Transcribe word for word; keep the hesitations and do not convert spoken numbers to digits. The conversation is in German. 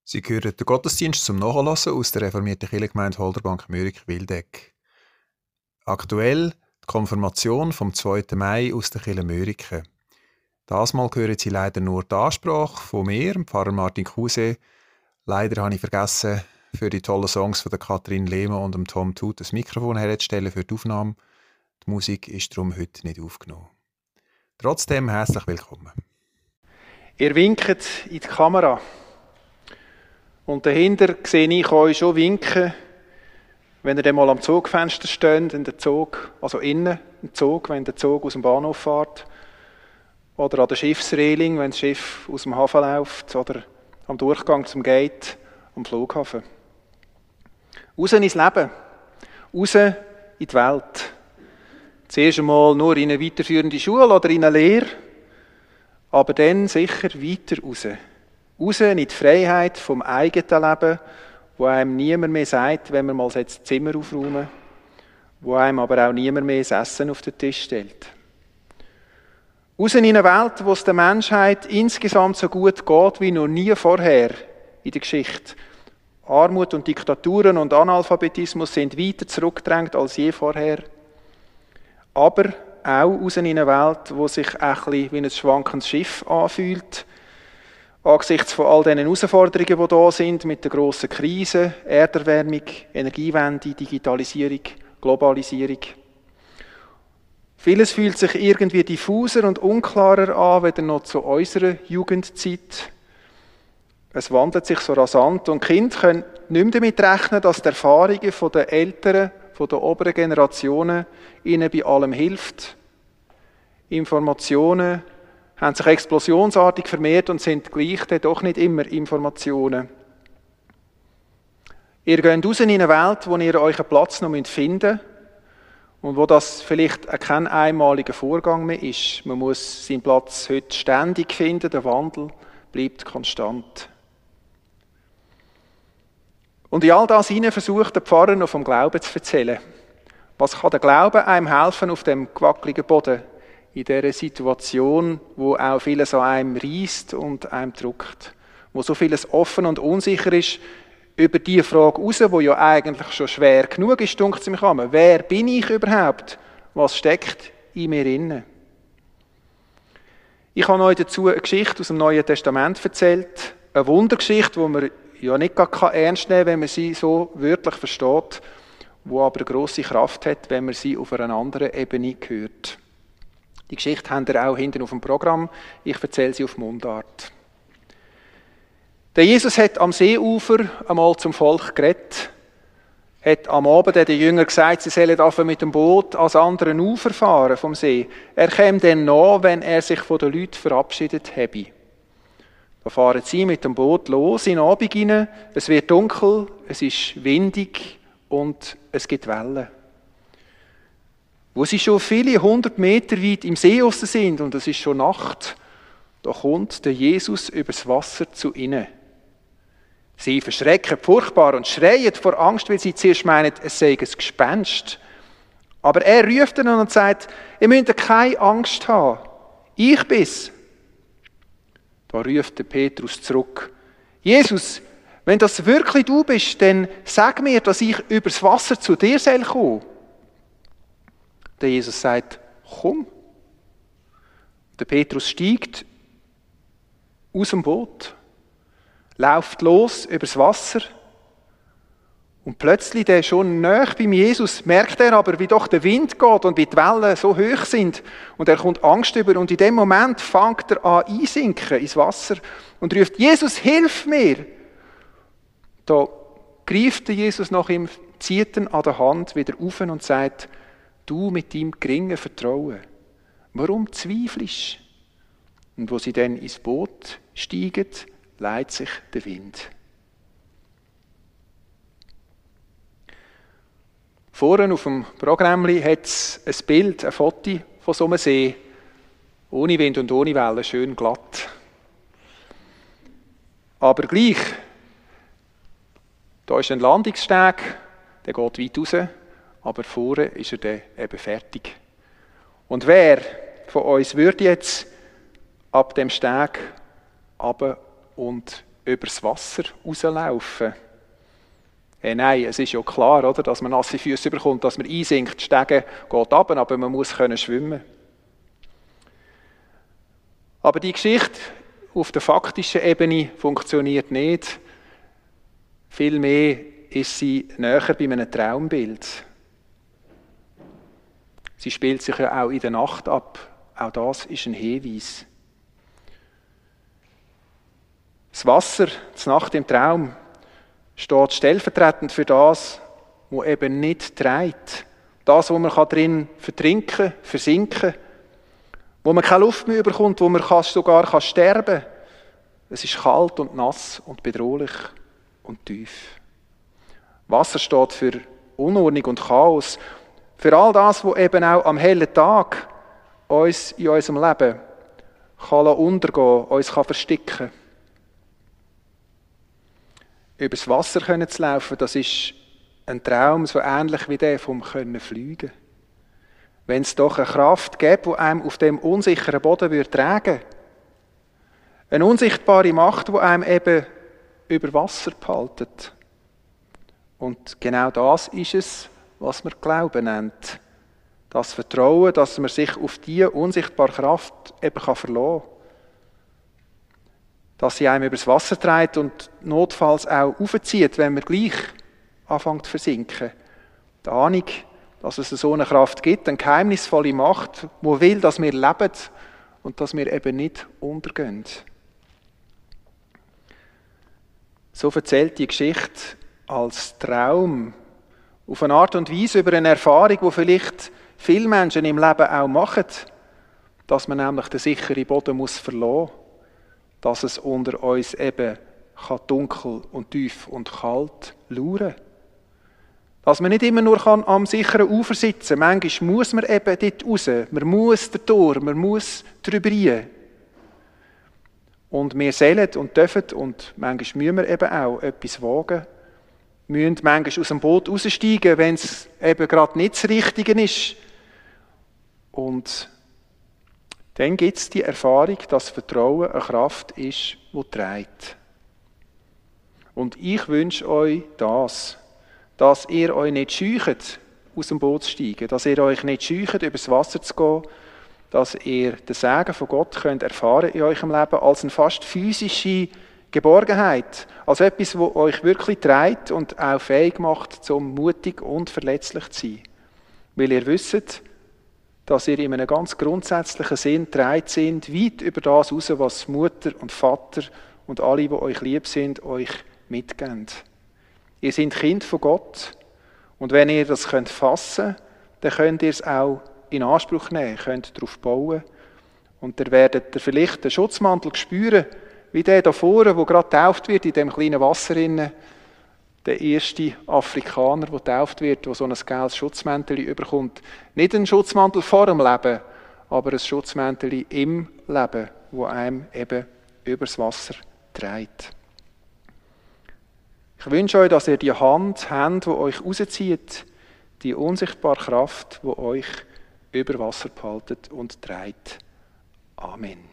Sie hören den Gottesdienst zum Nachhören aus der reformierten Kirchengemeinde Holderbank Mörike-Wildeck. Aktuell die Konfirmation vom zweiten Mai aus der Kirche Mörike. Das Mal hören Sie leider nur die Ansprache von mir, Pfarrer Martin Kruse. Leider habe ich vergessen, für die tollen Songs von der Katrin Lehmann und dem Tom Tut das Mikrofon herzustellen für die Aufnahme. Die Musik ist darum heute nicht aufgenommen. Trotzdem herzlich willkommen. Ihr winkt in die Kamera. Und dahinter sehe ich euch schon winken, wenn ihr dann mal am Zugfenster steht, in der Zug, also innen im Zug, wenn der Zug aus dem Bahnhof fährt. Oder an der Schiffsreling, wenn das Schiff aus dem Hafen läuft. Oder am Durchgang zum Gate am Flughafen. Raus ins Leben. Raus in die Welt. Zuerst einmal nur in eine weiterführende Schule oder in eine Lehre. Aber dann sicher weiter raus. Raus in die Freiheit vom eigenen Leben, wo einem niemand mehr sagt, wenn man mal das Zimmer aufräumen, wo einem aber auch niemand mehr das Essen auf den Tisch stellt. Raus in eine Welt, wo es der Menschheit insgesamt so gut geht wie noch nie vorher in der Geschichte. Armut und Diktaturen und Analphabetismus sind weiter zurückgedrängt als je vorher. Aber auch raus in eine Welt, wo sich ein bisschen wie ein schwankendes Schiff anfühlt, angesichts von all diesen Herausforderungen, die da sind, mit der grossen Krise, Erderwärmung, Energiewende, Digitalisierung, Globalisierung. Vieles fühlt sich irgendwie diffuser und unklarer an, weder noch zu unserer Jugendzeit. Es wandelt sich so rasant und Kinder können nicht mehr damit rechnen, dass die Erfahrungen der Älteren, der oberen Generationen ihnen bei allem hilft. Informationen haben sich explosionsartig vermehrt und sind gleich doch nicht immer Informationen. Ihr geht raus in eine Welt, wo ihr euren Platz noch finden müsst und wo das vielleicht kein einmaliger Vorgang mehr ist. Man muss seinen Platz heute ständig finden, der Wandel bleibt konstant. Und in all das hinein versucht der Pfarrer noch vom Glauben zu erzählen. Was kann der Glaube einem helfen auf dem gewackeligen Boden? In dieser Situation, wo auch vieles an einem reisst und einem drückt. Wo so vieles offen und unsicher ist, über die Frage raus, die ja eigentlich schon schwer genug ist, dunkt es mich an. Wer bin ich überhaupt? Was steckt in mir inne? Ich habe euch dazu eine Geschichte aus dem Neuen Testament erzählt. Eine Wundergeschichte, die man ja nicht gar ernst nehmen kann, wenn man sie so wörtlich versteht, die aber eine grosse Kraft hat, wenn man sie auf einer anderen Ebene hört. Die Geschichte habt ihr auch hinten auf dem Programm. Ich erzähle sie auf Mundart. Der Jesus hat am Seeufer einmal zum Volk geredet, hat am Abend den Jüngern gesagt, sie sollen einfach mit dem Boot ans andere Ufer fahren vom See. Er käme dann nach, wenn er sich von den Leuten verabschiedet habe. Da fahren sie mit dem Boot los in den Abend hinein. Es wird dunkel, es ist windig und es gibt Wellen. Wo sie schon viele hundert Meter weit im See aussen sind und es ist schon Nacht, da kommt der Jesus übers Wasser zu ihnen. Sie verschrecken furchtbar und schreien vor Angst, weil sie zuerst meinen, es sei ein Gespenst. Aber er ruft ihnen und sagt, ihr müsst keine Angst haben. Ich bin's. Da ruft der Petrus zurück. Jesus, wenn das wirklich du bist, dann sag mir, dass ich übers Wasser zu dir soll kommen. Der Jesus sagt, komm. Der Petrus steigt aus dem Boot, läuft los übers Wasser und plötzlich, der schon nahe beim Jesus, merkt er aber, wie doch der Wind geht und wie die Wellen so hoch sind und er kommt Angst über und in dem Moment fängt er an einsinken ins Wasser und ruft, Jesus, hilf mir! Da greift der Jesus nach ihm, zieht ihn an der Hand wieder auf und sagt, du mit deinem geringen Vertrauen, warum zweifelst? Und wo sie dann ins Boot steigen, leitet sich der Wind. Vorne auf dem Programm hat es ein Bild, ein Foto von so einem See, ohne Wind und ohne Wellen, schön glatt. Aber gleich, da ist ein Landungssteg, der geht weit raus, aber vorne ist er dann eben fertig. Und wer von uns würde jetzt ab dem Steg runter und übers Wasser rauslaufen. Hey, nein, es ist ja klar, oder, dass man nasse Füße bekommt, dass man einsinkt, die Stege geht runter, aber man muss können schwimmen. Aber die Geschichte auf der faktischen Ebene funktioniert nicht. Vielmehr ist sie näher bei einem Traumbild. Sie spielt sich ja auch in der Nacht ab. Auch das ist ein Hinweis. Das Wasser, die Nacht im Traum, steht stellvertretend für das, was eben nicht trägt. Das, wo man drin vertrinken, versinken kann, wo man keine Luft mehr bekommt, wo man sogar sterben kann. Es ist kalt und nass und bedrohlich und tief. Wasser steht für Unordnung und Chaos, für all das, was eben auch am hellen Tag uns in unserem Leben kann untergehen, uns kann versticken. Übers Wasser können zu laufen, das ist ein Traum, so ähnlich wie der vom Können fliegen. Wenn es doch eine Kraft gäbe, die einem auf dem unsicheren Boden würde tragen, eine unsichtbare Macht, die einem eben über Wasser behaltet. Und genau das ist es, was man Glauben nennt. Das Vertrauen, dass man sich auf diese unsichtbare Kraft eben verlassen kann. Dass sie einem übers Wasser trägt und notfalls auch aufzieht, wenn man gleich anfängt zu versinken. Die Ahnung, dass es so eine Kraft gibt, eine geheimnisvolle Macht, die will, dass wir leben und dass wir eben nicht untergehen. So erzählt die Geschichte als Traum auf eine Art und Weise über eine Erfahrung, die vielleicht viele Menschen im Leben auch machen, dass man nämlich den sicheren Boden muss verlassen muss, dass es unter uns eben kann dunkel und tief und kalt lauern kann. Dass man nicht immer nur kann am sicheren Ufer sitzen kann. Manchmal muss man eben dort raus. Man muss da durch, man muss drüber rein. Und wir sollen und dürfen und manchmal müssen wir eben auch etwas wagen. Wir müssen manchmal aus dem Boot raussteigen, wenn es eben gerade nicht das Richtige ist. Und dann gibt es die Erfahrung, dass Vertrauen eine Kraft ist, die trägt. Und ich wünsche euch das, dass ihr euch nicht scheucht, aus dem Boot zu steigen, dass ihr euch nicht scheucht, übers Wasser zu gehen, dass ihr den Segen von Gott könnt erfahren in eurem Leben als eine fast physische Geborgenheit, als etwas, das euch wirklich trägt und auch fähig macht, zum mutig und verletzlich zu sein. Weil ihr wisst, dass ihr in einem ganz grundsätzlichen Sinn trägt sind, weit über das hinaus, was Mutter und Vater und alle, die euch lieb sind, euch mitgeben. Ihr seid Kind von Gott und wenn ihr das könnt fassen, dann könnt ihr es auch in Anspruch nehmen, könnt darauf bauen und ihr werdet vielleicht den Schutzmantel spüren, wie der da vorne, der gerade getauft wird in dem kleinen Wasser inne, der erste Afrikaner, der getauft wird, der so ein gelbes Schutzmäntel überkommt. Nicht ein Schutzmantel vor dem Leben, aber ein Schutzmäntel im Leben, wo einem eben übers Wasser trägt. Ich wünsche euch, dass ihr die Hand habt, die euch rauszieht, die unsichtbare Kraft, die euch über Wasser behaltet und trägt. Amen.